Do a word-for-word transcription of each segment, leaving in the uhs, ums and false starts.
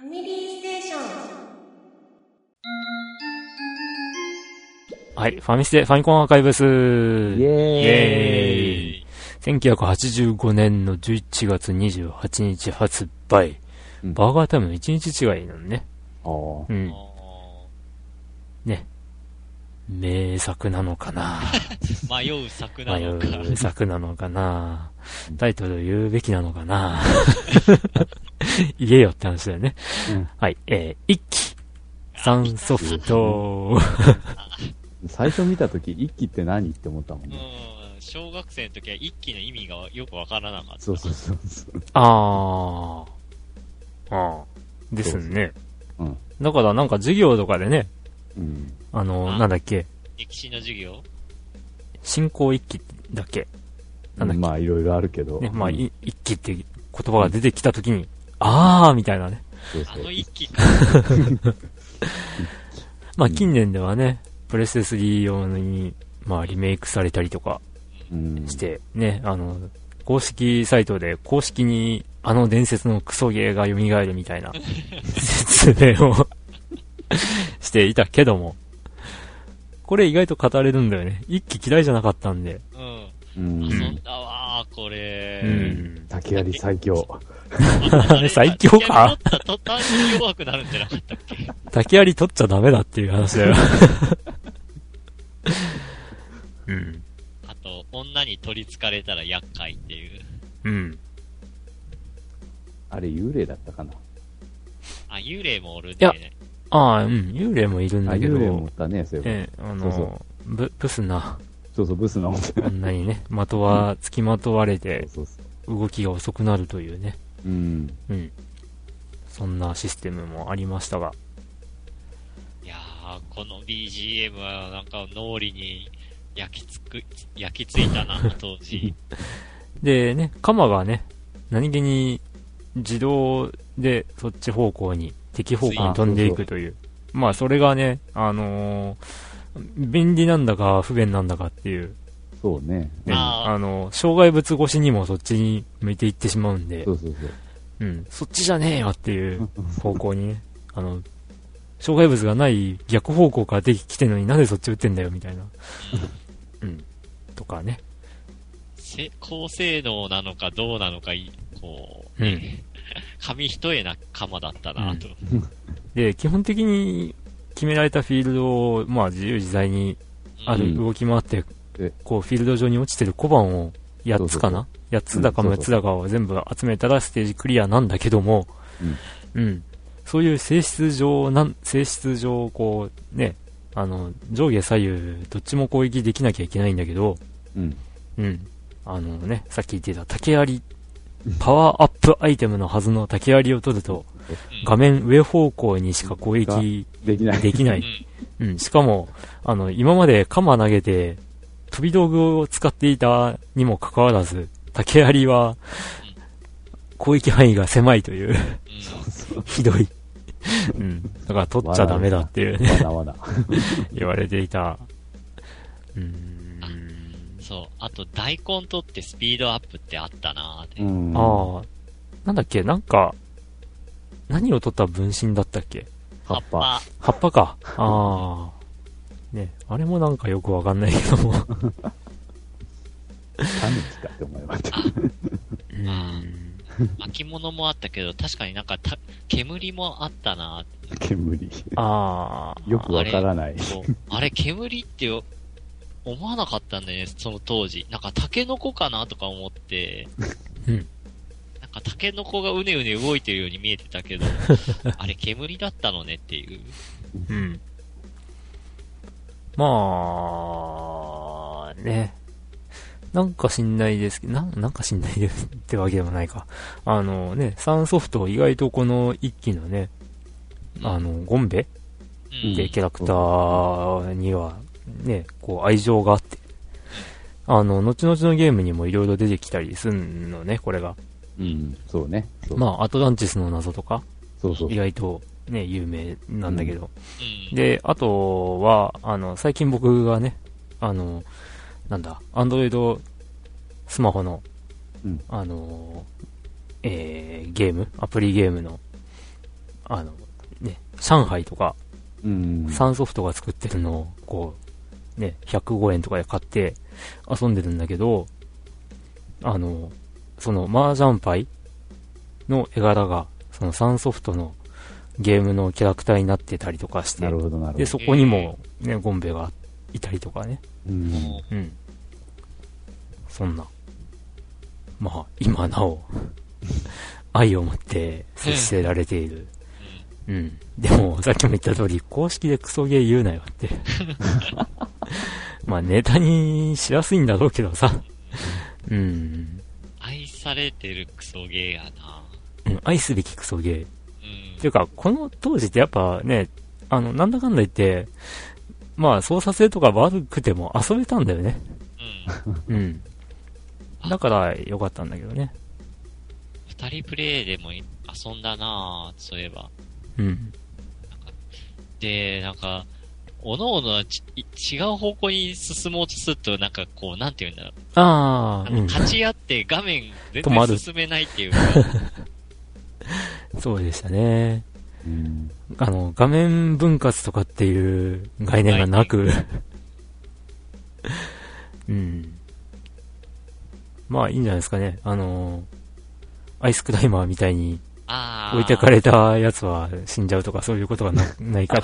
ァミリーステーション。 はい、ファミステ、ファミコンアーカイブス。イエーイ。 イエーイ。せんきゅうひゃくはちじゅうごねんのじゅういちがつにじゅうはちにち発売。うん、バーガータイムのいちにち違いなのね。 ああ。 うん。ね。名作なのかな迷う作なのか。 迷う作なのかなタイトル言うべきなのかな言えよって話だよね。うん、はい、えー、一期。サンソフト。 最初見たとき、一期って何って思ったもんね。 うん。小学生の時は一期の意味がよくわからなかった。 そうそうそうそう。 あー。あー。ですね。そうそう、うん。だからなんか授業とかでね、うん、あの、あなんだっけ。 歴史の授業新興一期だっけなんだっけ、 まあいろいろあるけど。 ね、まあ、うん、一期って言葉が出てきたときに、うん、あーみたいなね。 そうそうあの一期か。 まあ近年ではね、プレステスリー用に、まあリメイクされたりとかして、ね、あの、公式サイトで公式にあの伝説のクソゲーが蘇るみたいな説明をしていたけども、これ意外と語れるんだよね。一期嫌いじゃなかったんで。 うん。うん、遊んだわー、これ。 うん。 竹槍最強。 最強か竹槍取った途端に弱くなるんじゃなかったっけ竹槍取っちゃダメだっていう話だよ。うん。 あと、女に取り憑かれたら厄介っていう。 うん。 あれ、幽霊だったかな。 あ、幽霊もおるんだよね。 ああ、うん、幽霊もいるんだけど。 幽霊もおったね、そういえば。ええ、あの、そうそうブ、ブスな。 そうそう、ブスな女にね、的は、付きまとわれて、そうそうそう、動きが遅くなるというね。 うん。 うん。そんなシステムもありましたが。 いやー、この ビージーエム はなんか脳裏に焼きつく、焼きついたな、当時。 でね、カマがね、何気に自動でそっち方向に、敵方向に飛んでいくという。そうそう、まあそれがね、あのー、便利なんだか不便なんだかっていう。 そうね。 ね、あ, あの、障害物越しにもそっちに向いていってしまうんで。 そうそうそう。 うん、そっちじゃねえよっていう方向にね、あの、障害物がない逆方向から出てきてるのになんでそっち撃ってんだよみたいな。うん。とかね。 高性能なのかどうなのか、こう、ね、うん、紙一重な鎌だったなと、 うん。で、基本的に決められたフィールドを、まあ自由自在にある、動き回って、うん、こうフィールド上に落ちてる小判をやっつかなやっつだかむっつだかを全部集めたらステージクリアなんだけども、うん。うん、そういう性質上、なん、性質上、こう、ね、あの、上下左右、どっちも攻撃できなきゃいけないんだけど、 うん。 うん。あのね、さっき言ってた竹槍、パワーアップアイテムのはずの竹槍を取ると、画面上方向にしか攻撃できない。できない。うん。しかも、あの、今まで鎌投げて、飛び道具を使っていたにもかかわらず、竹槍は、攻撃範囲が狭いという、ひどい。うん。だから取っちゃダメだっていうね。 わなわな。 言われていた。 うん。そう。あと、大根取ってスピードアップってあったなーって。 うん。ああ。なんだっけ、なんか、何を取った分身だったっけ？ 葉っぱ。 葉っぱか。ああ。ね、あれもなんかよくわかんないけども。 タヌキかって思いました。 うん。 巻物もあったけど、確かになんかた、煙もあったなーって。 煙。 ああ。 よくわからない。 あれ、あれ煙って思わなかったんだよね、その当時。なんかタケノコかなとか思って。 うん。 なんかタケノコがうねうね動いてるように見えてたけど、あれ煙だったのねっていう。 うん。まあ、ね。なんか知んないですけど、な、なんか知んないですってわけでもないか。あのね、サンソフト意外とこの一期のね、あの、ゴンベってキャラクターにはね、こう愛情があって、あの、後々のゲームにもいろいろ出てきたりするのね、これが。 うん、そうね。 そうまあ、アトランティスの謎とか、 そうそう。 意外とね、有名なんだけど。うん、で、あとは、あの、最近僕がね、あの、なんだ、アンドロイドスマホの、 うん、 あの、えー、ゲーム、アプリゲームの、 あの、ね、上海とか、 うん。 サンソフトが作ってるのを、こう、ね、ひゃくごえんとかで買って遊んでるんだけど、あの、その麻雀牌の絵柄が、そのサンソフトのゲームのキャラクターになってたりとかして、 なるほど、なるほど。 で、そこにもね、ゴンベがいたりとかね。 うん。 うん。そんな。まあ、今なお、愛を持って接せられている。うん。でも、さっきも言った通り、公式でクソゲー言うなよって。まあ、ネタにしやすいんだろうけどさ。うん。 愛されてるクソゲーやな。 うん、愛すべきクソゲー。 うん。 っていうか、この当時ってやっぱね、あの、なんだかんだ言って、まあ、操作性とか悪くても遊べたんだよね。 うん。 うん。だから、良かったんだけどね。 二人プレイでも遊んだなぁ、そういえば。 うん。 なんかで、なんか、おのおのはち違う方向に進もうとすると、なんかこう、なんて言うんだろう。 ああ、 あの、勝ち合って画面全止まる然進めないっていうか。 そうでしたね。 うん。 あの、画面分割とかっていう概念がなく、うん。まあいいんじゃないですかね。あの、アイスクライマーみたいにあ置いてかれたやつは死んじゃうとかそういうことが な, ないから。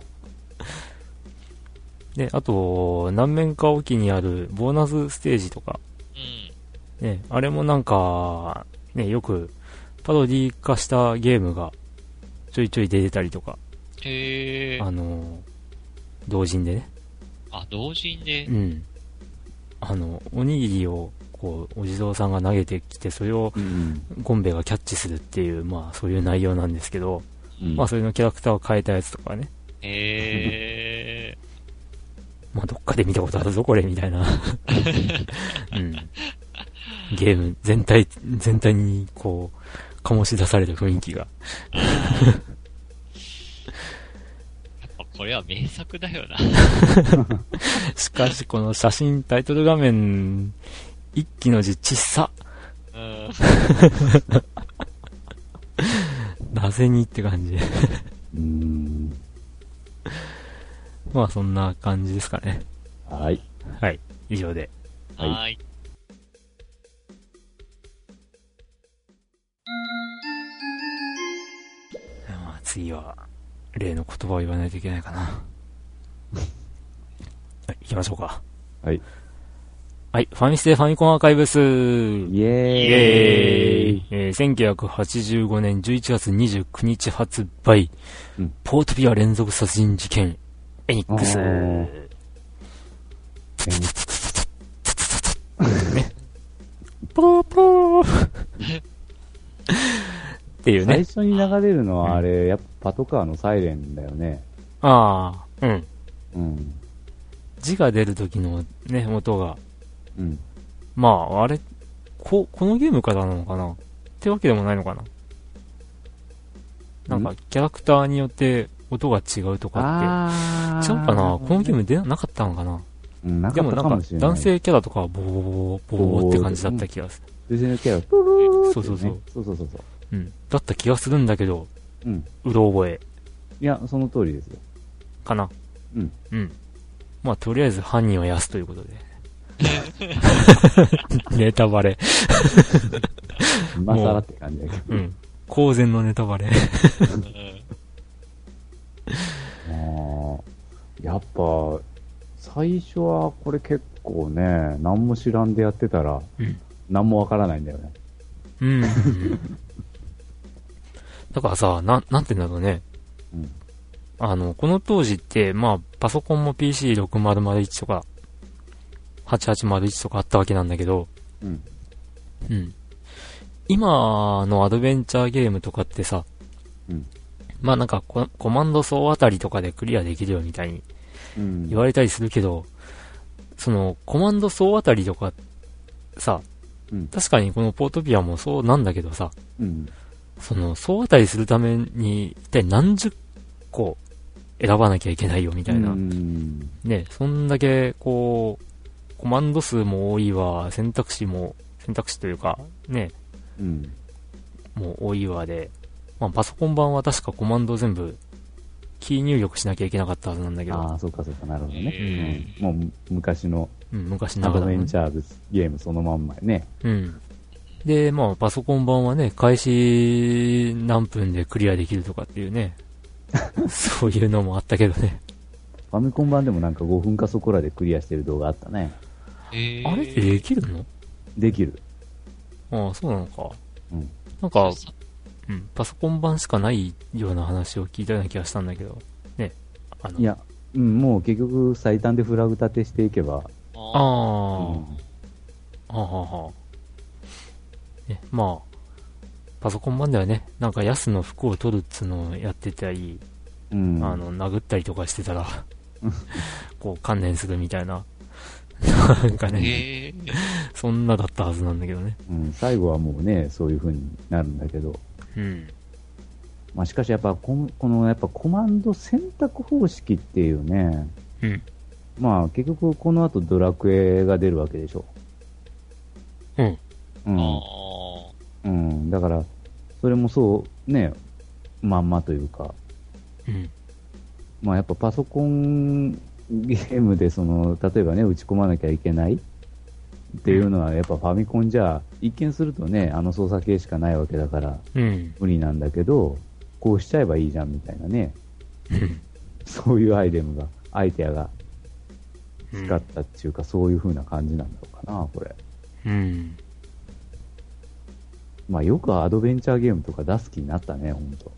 で、あと、何面かおきにあるボーナスステージとか、 うん。 ね、あれもなんか、ね、よくパロディ化したゲームがちょいちょい出てたりとか、 へー。 あの、同人でね。 あ、同人で。 うん。あの、おにぎりを、こう、お地蔵さんが投げてきて、それをゴンベがキャッチするっていう、まあ、そういう内容なんですけど、 うん、 まあ、それのキャラクターを変えたやつとかね。 へー。まあ、どっかで見たことあるぞ、これ、みたいな。うん。ゲーム全体、全体に、こう、醸し出された雰囲気が。 これは名作だよな。 しかし、この写真、タイトル画面、一気の字小さ。 うん。 なぜにって感じ。 うーん。 まあ、そんな感じですかね。 はい。 はい。以上で。 はい。はい。 まあ、次は、例の言葉を言わないといけないかな。はい、行きましょうか。 はい。 はい、ファミステファミコンアーカイブス。イエーイ。 イエーイ。えー、せんきゅうひゃくはちじゅうごねんじゅういちがつにじゅうくにち発売。うん、ポートピア連続殺人事件。エニックス。ね。プロプロっていうね。 最初に流れるのはあれ、うん、やっぱパトカーのサイレンだよね。 ああ、うん。 うん。 字が出る時のね、音が。 うん。 まあ、あれ、こ、このゲームからなのかなってわけでもないのかな、なんか、キャラクターによって音が違うとかって。違うかな、このゲーム出なかったのかな、 うん、なかったかもしれない。 でもなんか、男性キャラとかはボーボーボーボーって感じだった気がする。 女性キャラ、プルーって、ね。 そうそうそう。 そうそうそうそう。 うん。だった気がするんだけど、 うん。 うろ覚え。 いや、その通りですよ。 かな。 うん。 うん。まあ、とりあえず犯人は安ということで。ネタバレ。 今更って感じだけど。 うん。公然のネタバレ。 あやっぱ、最初はこれ結構ね、何も知らんでやってたら、うん、何もわからないんだよね。 うん。だからさ、な、なんて言うんだろうね。うん、あの、この当時って、まあ、パソコンも ピーシーろくまるまるいち とか、はちはちまるいちとかあったわけなんだけど、うん。うん。今のアドベンチャーゲームとかってさ、うん。まあなんかコ、コマンド層あたりとかでクリアできるよみたいに言われたりするけど、うん、その、コマンド層あたりとか、さ、うん、確かにこのポートピアもそうなんだけどさ、うん、その、総当たりするために、一体何十個選ばなきゃいけないよみたいな。うん、ね、そんだけ、こう、コマンド数も多いわ、選択肢も、選択肢というか、ね、うん、もう多いわで、 まあ、パソコン版は確かコマンド全部、キー入力しなきゃいけなかったはずなんだけど。 ああ、そうかそうか、なるほどね。うん、もう昔の、 うん、昔ながらの、 アドベンチャーゲームそのまんまね。 うん。で、まあ、パソコン版はね、開始何分でクリアできるとかっていうね、そういうのもあったけどね。 ファミコン版でもなんかごふんかそこらでクリアしてる動画あったね。 えー、 あれってできるの？ できる。 ああ、そうなのか。 うん。 なんか、うん、パソコン版しかないような話を聞いたような気がしたんだけど、ね。あのいや、うん、もう結局最短でフラグ立てしていけば。 ああ、 うん、 はあ、はあはあ、ね、まあ、パソコン版ではね、なんかヤスの服を取るっつうのをやってたり、 うん、 あの、殴ったりとかしてたら、こう、観念するみたいな、なんかね、 えー、 そんなだったはずなんだけどね。 うん、最後はもうね、そういう風になるんだけど。 うん。 まあしかしやっぱこ、このやっぱコマンド選択方式っていうね、 うん。 まあ結局この後ドラクエが出るわけでしょ。 うん。 うん。 あうん。だから、それもそうね、まんまというか、 うん。 まあやっぱパソコンゲームでその、例えばね、打ち込まなきゃいけないっていうのはやっぱファミコンじゃ、一見するとね、あの操作系しかないわけだから、 うん。 無理なんだけど、こうしちゃえばいいじゃんみたいなね、 うんそういうアイテムが、アイデアが使ったっていうか、そういう風な感じなんだろうかな、これ。 うん。 まあよくアドベンチャーゲームとか出す気になったね、ほんと。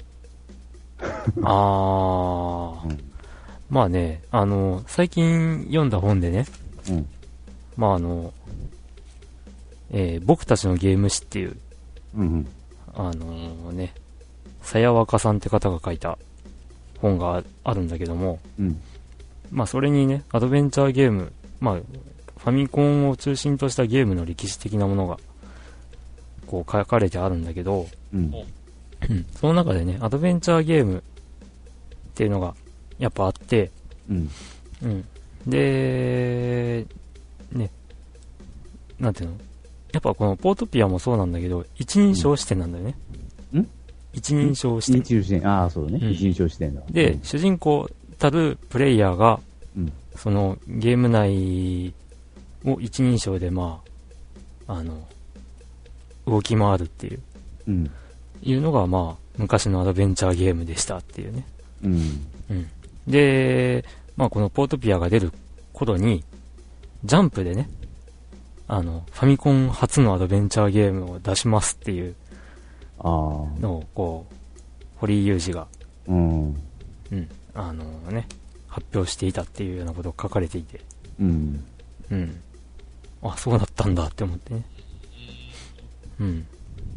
ああ、うん、まあね、あの、最近読んだ本でね、うん、まああの、えー、僕たちのゲーム誌っていう、うんうん、あのね、さやわかさんって方が書いた本があるんだけども、うん、まあそれにね、アドベンチャーゲーム、まあファミコンを中心としたゲームの歴史的なものがこう書かれてあるんだけど、うんうん、その中でね、アドベンチャーゲームっていうのがやっぱあって、うんうん、で、ね、なんていうの、やっぱこのポートピアもそうなんだけど、一人称視点なんだよね。 ん一人称視点。 一人称視点。ああ、そうね、うん。一人称視点だ。 で、うん、主人公たるプレイヤーが、うん、そのゲーム内を一人称で、まあ、あの、動き回るっていう、うん、いうのが、まあ、昔のアドベンチャーゲームでしたっていうね。うんうん、で、まあ、このポートピアが出る頃に、ジャンプでね、あの、ファミコン初のアドベンチャーゲームを出しますっていうのを、こう、堀井雄二が、うん、うん、あのね、発表していたっていうようなことが書かれていて、うん、うん、あ、そうだったんだって思ってね、うん、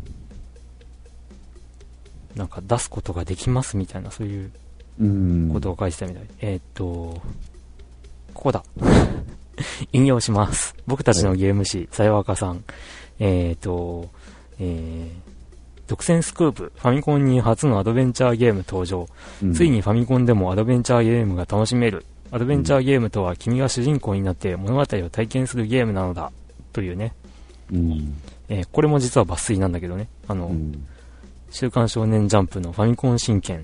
なんか出すことができますみたいな、そういうことを書いてたみたい。えー、っと、ここだ。引用します。僕たちのゲーム誌、さやわかさん。えー、っと、えー、独占スクープ、ファミコンに初のアドベンチャーゲーム登場。うん、ついにファミコンでもアドベンチャーゲームが楽しめる。アドベンチャーゲームとは君が主人公になって物語を体験するゲームなのだ。というね。うんえー、これも実は抜粋なんだけどね。あの、うん週刊少年ジャンプのファミコン新見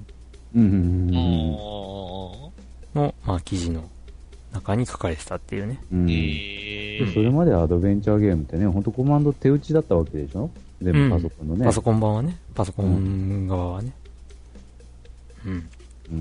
の、まあ、記事の中に書かれてたっていうね、 うんえー、それまでアドベンチャーゲームってね、ほんとコマンド手打ちだったわけでしょ、全部パソコンのね、 うん、パソコン版はね、パソコン側はね、うん、うんうん、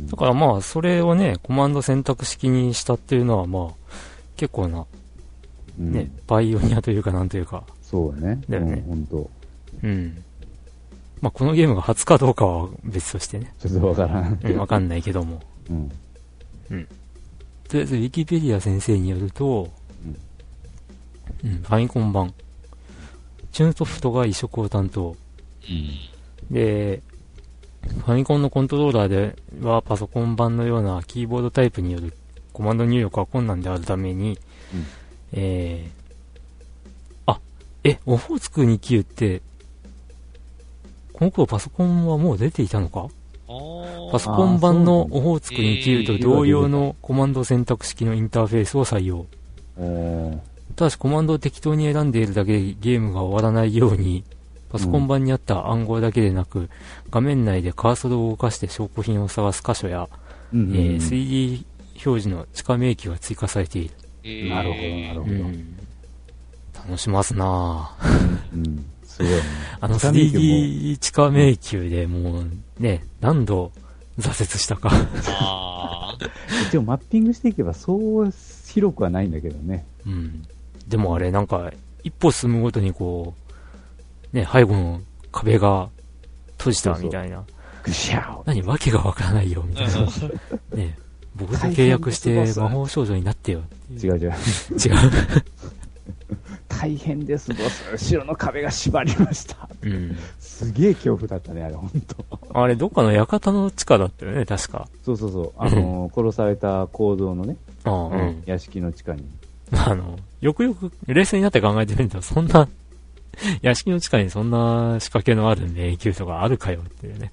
だからまあそれをねコマンド選択式にしたっていうのはまあ結構な、ねうん、パイオニアというかなんというかそうねだよね、 うん、ほんとうんまあ、このゲームが初かどうかは別としてね。 ちょっとわからん。 うん、わかんないけども。うん。うん。とりあえず、ウィキペディア先生によると、うん、うん、ファミコン版。チューンソフトが移植を担当。うん。で、ファミコンのコントローラーではパソコン版のようなキーボードタイプによるコマンド入力は困難であるために、うん、えー、あ、え、オホーツクにきゅうって、この頃パソコンはもう出ていたのか？パソコン版のオホーツクにきゅうと同様のコマンド選択式のインターフェースを採用。ただしコマンドを適当に選んでいるだけでゲームが終わらないように、パパソコン版にあった暗号だけでなく、画面内でカーソルを動かして証拠品を探す箇所や、うんうんうん、えー、スリーディー 表示の地下迷宮が追加されている。 えー、なるほど、なるほど。うん、 楽しますなぁ。うん、すごいね。 あの スリーディー 地下迷宮でもうね、何度挫折したか。 あ一応マッピングしていけばそう広くはないんだけどね。 うん。でもあれなんか、一歩進むごとにこう、ね、背後の壁が閉じたみたいな。 ぐしゃ何わけがわからないよ、みたいな。ね、僕と契約して魔法少女になってよ。 違う違う。違う。大変です、ボス。後ろの壁が縛りました。うん。すげえ恐怖だったね、あれ、ほんと。 あれ、どっかの館の地下だったよね、確か。 そうそうそう。あのー、殺された構造のね、ああ、うん、屋敷の地下に。 あの、よくよく冷静になって考えてみると、そんな、屋敷の地下にそんな仕掛けのある迷宮とかあるかよっていうね。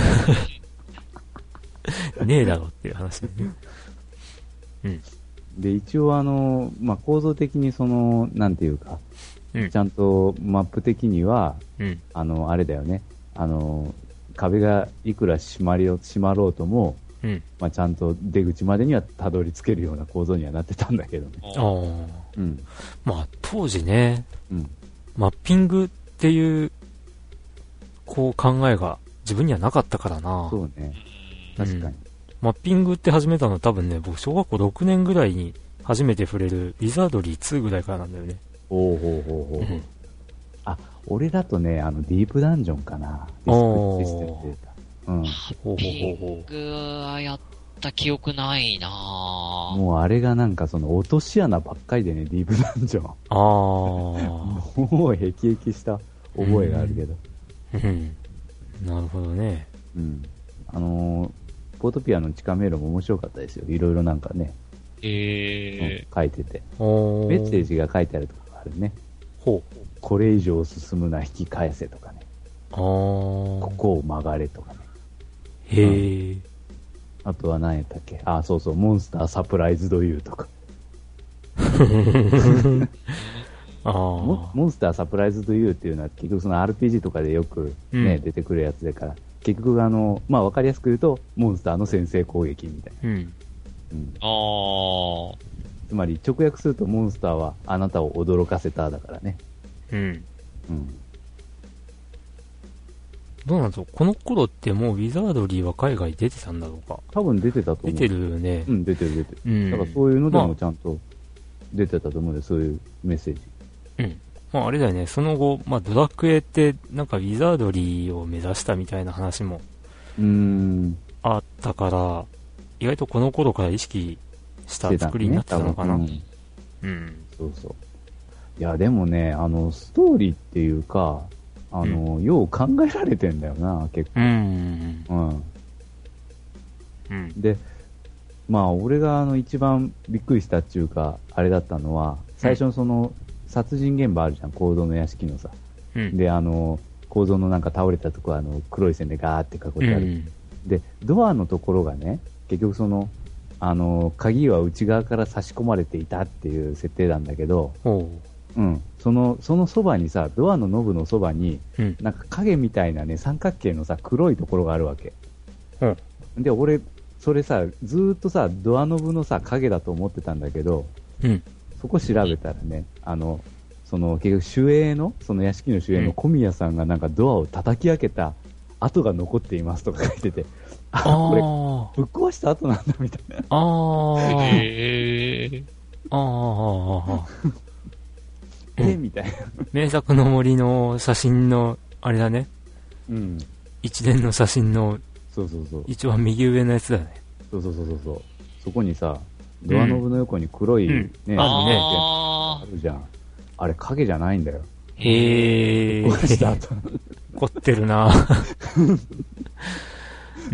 ねえだろっていう話でね。 うん。で、一応あの、まあ、構造的にその、なんていうか、うん、ちゃんとマップ的には、うん、あの、あれだよね。あの、壁がいくら閉まりを、閉まろうとも、うん、まあ、ちゃんと出口までにはたどり着けるような構造にはなってたんだけどね。ああ。 うん。まあ、当時ね、うん、マッピングっていう、こう考えが自分にはなかったからな。 そうね。確かに、うん。 マッピングって始めたの多分ね、僕小学校ろくねんぐらいに初めて触れるウィザードリーツーぐらいからなんだよね。 おうほうほうほう。うん、あ、俺だとね、あの、ディープダンジョンかな。ディスクシステムデータ。うん。 ほうほうほうほう。僕はやった記憶ないなぁ。 もうあれがなんかその落とし穴ばっかりでね、ディープダンジョン。ああ。もうへきへきした覚えがあるけど。 うん。なるほどね。 うん。あのー、ポートピアの地下迷路も面白かったですよ。いろいろなんかね。 えーうん、書いてて。メッセージが書いてあるとこがあるね。 ほう。 これ以上進むな、引き返せとかね。あここを曲がれとかね。 へえ、うん。 あとは何やったっけあ、そうそう、モンスターサプライズドユーとか。あモ。モンスターサプライズドユーっていうのは結局その アールピージー とかでよくね、うん、出てくるやつだから、結局あの、まあわかりやすく言うと、モンスターの先制攻撃みたいな。うん。うん、ああ。つまり直訳するとモンスターはあなたを驚かせただからね。うん。うん。 どうなんだろうこの頃ってもうウィザードリーは海外出てたんだろうか多分出てたと思う。 出てるよね。 うん、出てる出てる。うん。だからそういうのでもちゃんと出てたと思うよ、まあ、そういうメッセージ。 うん。まああれだよね、その後、まあドラクエってなんかウィザードリーを目指したみたいな話もうーんあったから、意外とこの頃から意識した作りになってたのかな。ね、 うん。うん。そうそう。いや、でもね、あの、ストーリーっていうか、あの、うん、よう考えられてんだよな、結構。うん。うん。うん。で、まあ、俺があの、一番びっくりしたっていうか、あれだったのは、最初のその、殺人現場あるじゃん、構造の屋敷のさ。うん。で、あの、構造のなんか倒れたとこ、あの、黒い線でガーって囲ってある。うん、で、ドアのところがね、結局その、あの、鍵は内側から差し込まれていたっていう設定なんだけど、うん。その、そのそばにさ、ドアのノブのそばに、うん、なんか影みたいなね、三角形のさ、黒いところがあるわけ。うん。で、俺、それさ、ずーっとさ、ドアノブのさ、影だと思ってたんだけど、うん。そこ調べたらね、あの、その、結局守衛の、その屋敷の守衛の小宮さんがなんかドアを叩き開けた跡が残っていますとか書いてて、あ、これ、ぶっ壊した後なんだみたいな。ああ。へえ。ああ、ああ、ああ。え、みたいな。 名作の森の写真の、あれだね。うん。一連の写真の、 そうそうそう。 一番右上のやつだね。 そうそうそうそう。そこにさ、ドアノブの横に黒い、ね、うん、ね、あるじゃん。あれ影じゃないんだよ。へえ。壊した後。凝ってるなうん。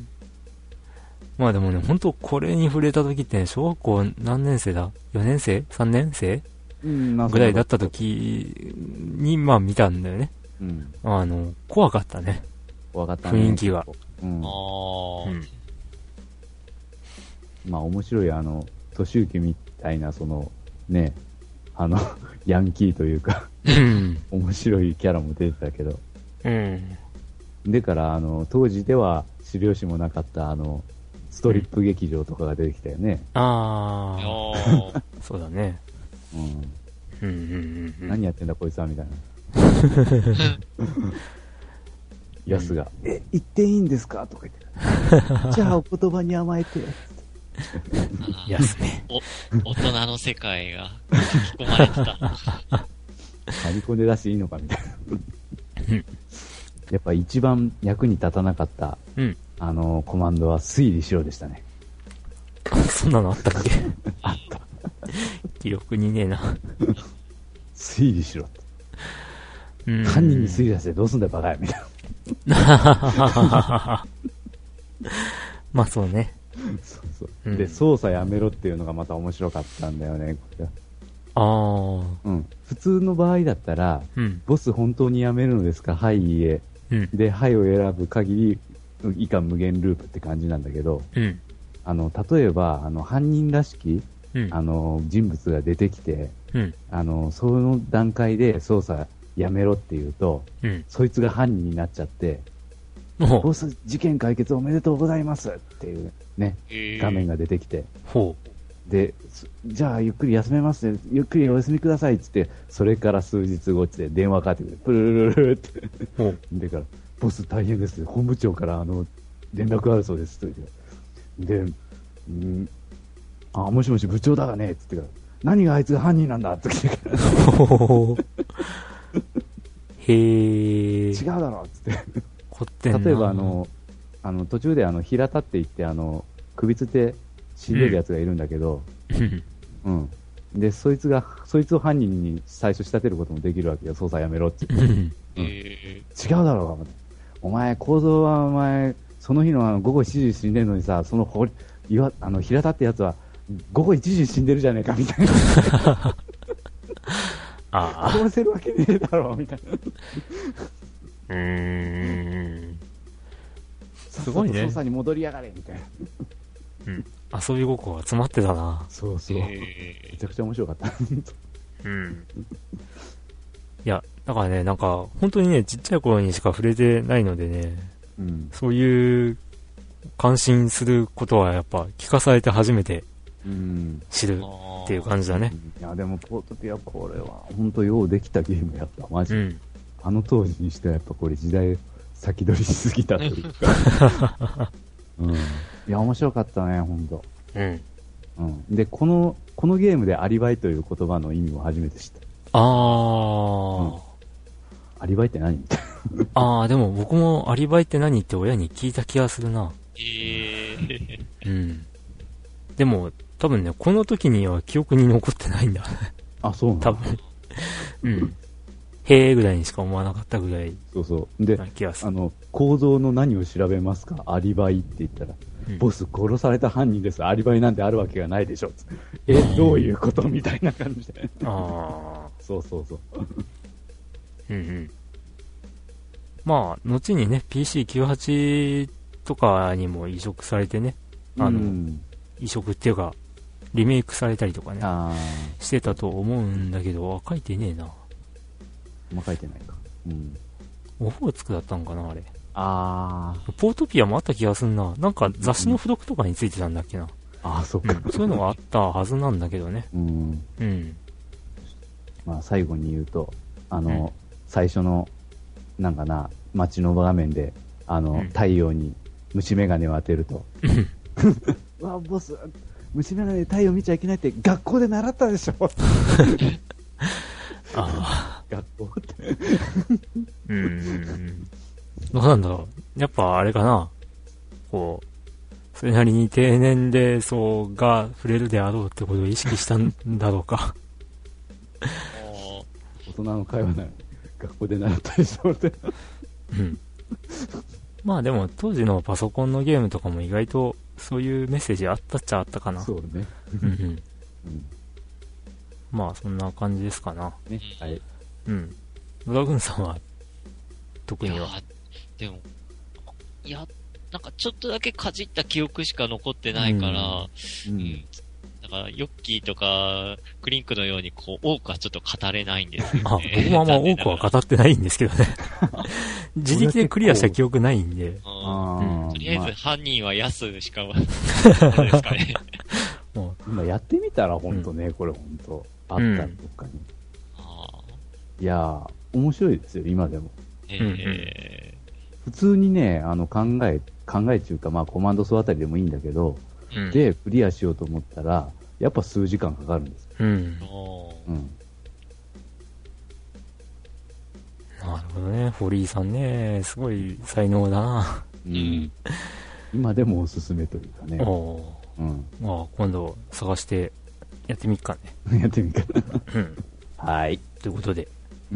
まあでもね、本当これに触れた時ってね、小学校何年生だ ?よ 年生 ?さん 年生うん、ぐらいだった時に、まあ見たんだよね。うん。あの、怖かったね。 怖かったね。 雰囲気が。うん。ああ。うん。まあ面白い、あの、年行みたいな、その、ね、あの、ヤンキーというかうん。 面白いキャラも出てたけど。 うん。 でから、あの、当時では知る由もなかった、あの、ストリップ劇場とかが出てきたよね。 うん、ああ。そうだね。 うん。 うんうんうん、 何やってんだこいつはみたいな。ヤスが、うん、え、言っていいんですかとか言って。じゃあお言葉に甘えて。 ヤスね。 お、大人の世界が吹き込まれてた。 ファミコンで出していいのかみたいな。やっぱ一番役に立たなかった、 うん、 あのコマンドは推理しろでしたね。 そんなのあったっけ？ あった。 記憶にねえな。 推理しろって。 うん犯人に推理させてどうすんだよバカやみたいな。 まあそうね。 そうそう、うん、で操作やめろっていうのがまた面白かったんだよね。これああ、 うん、普通の場合だったら、 うん、 ボス本当にやめるのですか、はいいいえ、うん、ではいを選ぶ限り以下無限ループって感じなんだけど、 うん、 あの例えばあの犯人らしき、 うん、 あの人物が出てきて、 うん、 あのその段階で操作やめろって言うと、 うん、 そいつが犯人になっちゃって、ボス事件解決おめでとうございますっていうね、画面が出てきて、 ほうで、じゃあゆっくり休めますね、ゆっくりお休みくださいって言って、それから数日後って電話かかってくる、プルルルルってでから、ボス大変です、本部長からあの連絡あるそうですと言って、で、んあ、もしもし部長だがねって言ってから、何があいつが犯人なんだって言ってからへー、 違うだろっつって凝ってんな。 例えばあのあの途中であの平田って言ってあの首つって死んでるやつがいるんだけど、うん、うん、でそいつがそいつを犯人に最初仕立てることもできるわけよ、捜査やめろって言って、うん、違うだろうが、お前構造はお前その日のあの午後しちじに死んでるのにさ、そのほいわあの平田ってやつは午後いちじに死んでるじゃねえかみたいなああ殺せるわけねえだろみたいなうーん、すごいね。 捜査に戻りやがれみたいな、 うん、遊び心が詰まってたな。 そうそう、めちゃくちゃ面白かったうん。いやだからね、なんか本当にね、ちっちゃい頃にしか触れてないのでね、うん、そういう感心することはやっぱ聞かされて初めて知るっていう感じだね。 うん、いやでもポートピアこれは本当ようできたゲームやった、マジ、うん、あの当時にしてはやっぱこれ時代先取りしすぎたというか、うん、いや面白かったね本当、 うんうん、でこのこのゲームでアリバイという言葉の意味を初めて知った。 あー、うん、 アリバイって何みたいなああ、でも僕もアリバイって何って親に聞いた気がするな。 えー、 うん。でも多分ね、この時には記憶に残ってないんだ。 あ、そうなんだ。 多分。うん。へえぐらいにしか思わなかったぐらい。 そうそう。で、あの、構造の何を調べますか、アリバイって言ったら、うん、ボス殺された犯人です。アリバイなんてあるわけがないでしょ。え、どういうことみたいな感じで。 ああ。 そうそうそう。 うんうん。まあ、後にね、ピーシーきゅうじゅうはち とかにも移植されてね、あの、うん、移植っていうか、リメイクされたりとかね、してたと思うんだけど、書いてねえな。 まあ、書いてないか。うん。 オホーツクだったんかな、あれ。 ああ。 ポートピアもあった気がすんな。なんか雑誌の付録とかについてたんだっけな。うん、 ああ、そっか、 うん。そういうのがあったはずなんだけどね。 うん。 うん。 まあ、最後に言うと、あの、うん、最初の、なんかな、街の場面で、あの、うん、太陽に虫眼鏡を当てると、うわ、ボス、虫眼鏡で太陽見ちゃいけないって学校で習ったでしょああ。 学校ってうーん。どうなんだろう。やっぱあれかな。こう、それなりに低年齢層が触れるであろうってことを意識したんだろうか。 大人の会話なの。学校で習ったでしょって。 うん。まあでも当時のパソコンのゲームとかも意外とそういうメッセージあったっちゃあったかな。 そうね。 うんうん。うん、まあそんな感じですかな。 ね。はい。 うん。野田軍さんは特には。 いやでも、いや、なんかちょっとだけかじった記憶しか残ってないから、うん。うん、 だから、ヨッキーとか、クリンクのように、こう、多くはちょっと語れないんですよ、ね。 あ、僕もあんま多くは語ってないんですけどね。自力でクリアした記憶ないんで。 うん、とりあえず、犯人はヤスしか、ですかね。 もう今やってみたら、ほんとね、うん、これほんと、あったどっかに。うん、いやー、面白いですよ、今でも。 へえ。 普通にね、あの、考え、考え中か、まあ、コマンド数あたりでもいいんだけど、うん、で、クリアしようと思ったら、やっぱ数時間かかるんですよ。 うん。うん。なるほどね。堀井さんね、すごい才能だな。 うん。今でもおすすめというかね。 おうん。まあ、今度探してやってみっかね。やってみっか。 うん。 はい。 ということで。 うん。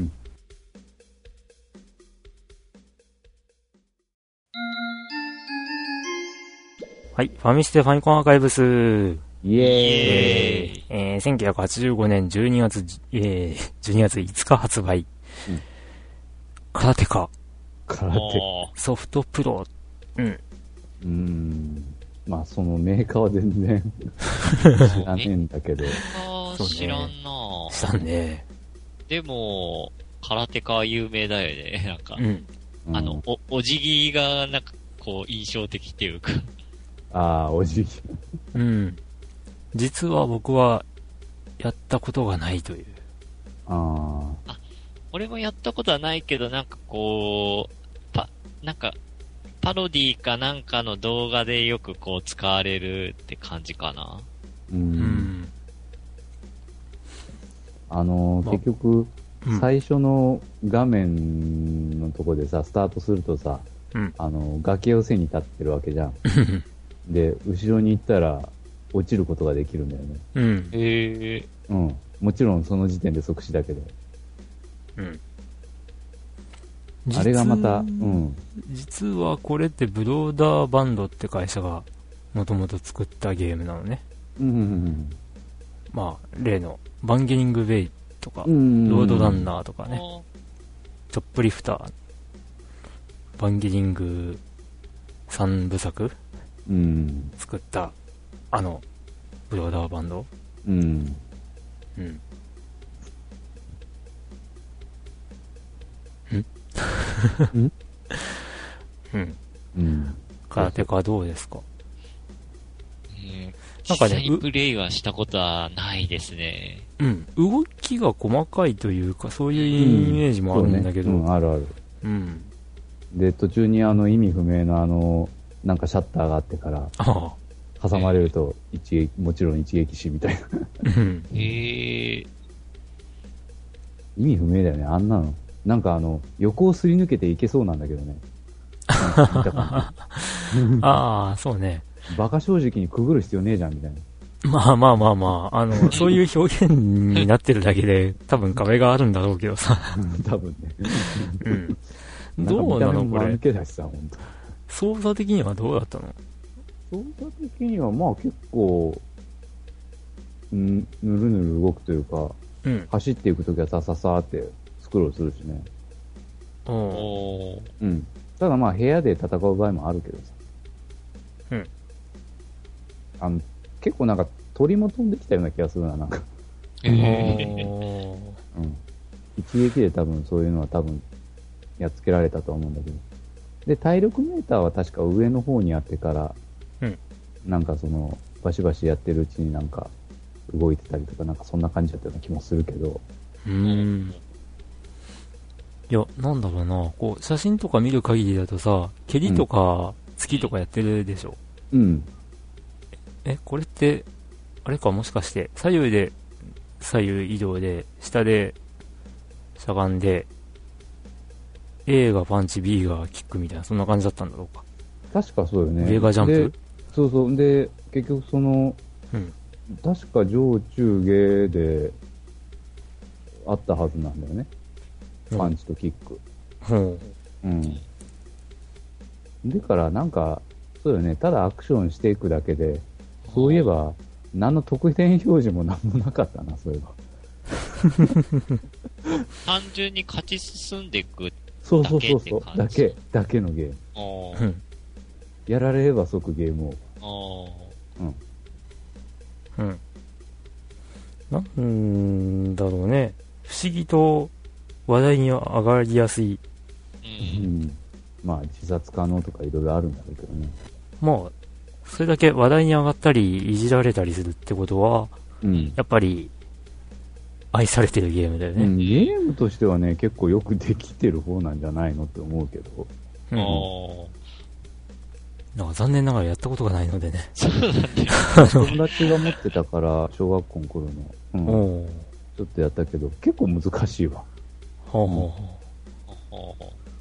はい。ファミステファミコンアーカイブス。イエーイ。 えー、えー、せんきゅうひゃくはちじゅうごねんじゅうにがつ、えー、じゅうにがついつか発売。うん、空手か。 空手。 ソフトプロ。うん。 うーん。まあ、そのメーカーは全然知らねえんだけど。メーカー知らんなぁ。 知らんね。 でも、空手家は有名だよね。なんか、うん、あの、お、お辞儀が、なんか、こう、印象的っていうか。 ああ、お辞儀。 うん。実は僕は、やったことがないという。 ああ。あ、俺もやったことはないけど、なんかこう、パ、なんか、パロディかなんかの動画でよくこう使われるって感じかな。 うん。うん、あのー、 ま、 結局、うん、最初の画面のとこでさ、スタートするとさ、うん、あの、崖を背に立ってるわけじゃん。で、後ろに行ったら、落ちることができるんだよね。 うん。 へえ。 うん。もちろんその時点で即死だけど。 うん。 あれがまた、うん。 実はこれってブローダーバンドって会社がもともと作ったゲームなのね。 うんうんうん。 まあ、例のバンゲリングベイとか、 うんうんうん、 ロードランナーとかね。チョップリフター、バンゲリング三部作、 うん、 作ったあのブローダーバンド。 うん。 うん。んんうん。 うん。 空手家どうですか？ うん。なんかね、実際にプレイはしたことはないですね。 うん。動きが細かいというか、そういうイメージもあるんだけど。 うん、うん、あるある。 うん。 で、途中にあの意味不明のあの、なんかシャッターがあってから、 ああ挟まれると一撃、もちろん一撃死みたいな。 うん。 へえ。 意味不明だよね、あんなの。なんかあの、横をすり抜けていけそうなんだけどね。 ああ、そうね。 バカ正直にくぐる必要ねえじゃん、みたいな。 まあまあまあまあ、あの、そういう表現になってるだけで、多分壁があるんだろうけどさ。 多分ね。 うん。どうなのこれ。 抜けだしさ、ほんと。 操作的にはどうだったの？ 操作的にはまあ結構、んぬるぬる動くというか、 うん、 走っていくときはさささってスクロールするしね。 おうん。ただまあ部屋で戦う場合もあるけどさ。 うん。 あの、結構なんか鳥も飛んできたような気がするな、なんか。 へー。 うん。一撃で多分そういうのは多分やっつけられたとは思うんだけど。で、体力メーターは確か上の方にあってから、 うん。 なんかその、バシバシやってるうちになんか動いてたりとか、なんかそんな感じだったような気もするけど。 うーん。いや、なんだろうな、こう、写真とか見る限りだとさ、蹴りとか、突きとかやってるでしょ。 うん。 え、これって、あれか、もしかして、左右で、左右移動で、下で、しゃがんで、A がパンチ、B がキックみたいな、そんな感じだったんだろうか。 確かそうよね。 上がジャンプ？ そうそう。で、結局その、 うん、 確か上中下で、あったはずなんだよね。パンチとキック。 うん。 うん。だからなんか、そうよね、ただアクションしていくだけで、そういえば、何の得点表示も何もなかったな、そういえば。 単純に勝ち進んでいくそうそうそうそう、だけ、だけのゲーム。 うん、 やられれば即ゲームオーバー。 うん。 うん。 なんだろうね。不思議と話題に上がりやすい。 うん。うん、まあ、自殺可能とかいろいろあるんだろうけどね。 まあ、それだけ話題に上がったり、いじられたりするってことは、うん、やっぱり、愛されてるゲームだよね、うん。 ゲームとしてはね、結構よくできてる方なんじゃないのって思うけど。うん。 なんか残念ながらやったことがないのでね。 そうなんだよ。 友達が持ってたから、小学校の頃の。うん。ちょっとやったけど、結構難しいわ。 はあ、はあ、はあ。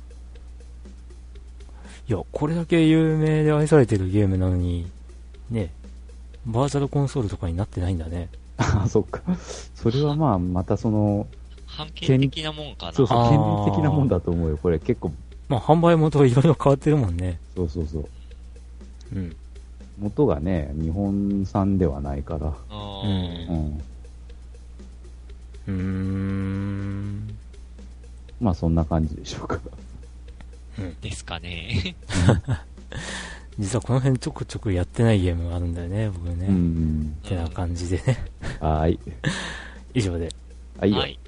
いや、これだけ有名で愛されてるゲームなのに、ね、バーチャルコンソールとかになってないんだね。 ああ、そっか。それはまあ、またその、 判権的なもんかな。 そうそう、権利的なもんだと思うよ。これ結構。 まあ、販売元いろいろ変わってるもんね。 そうそうそう。 うん。 元がね、日本産ではないから。 うん。うーん。 まあ、そんな感じでしょうか。 うん。ですかね。 実はこの辺ちょくちょくやってないゲームがあるんだよね、僕ね。うん。ってな感じでね。 はい。 以上で。 はい。 はい。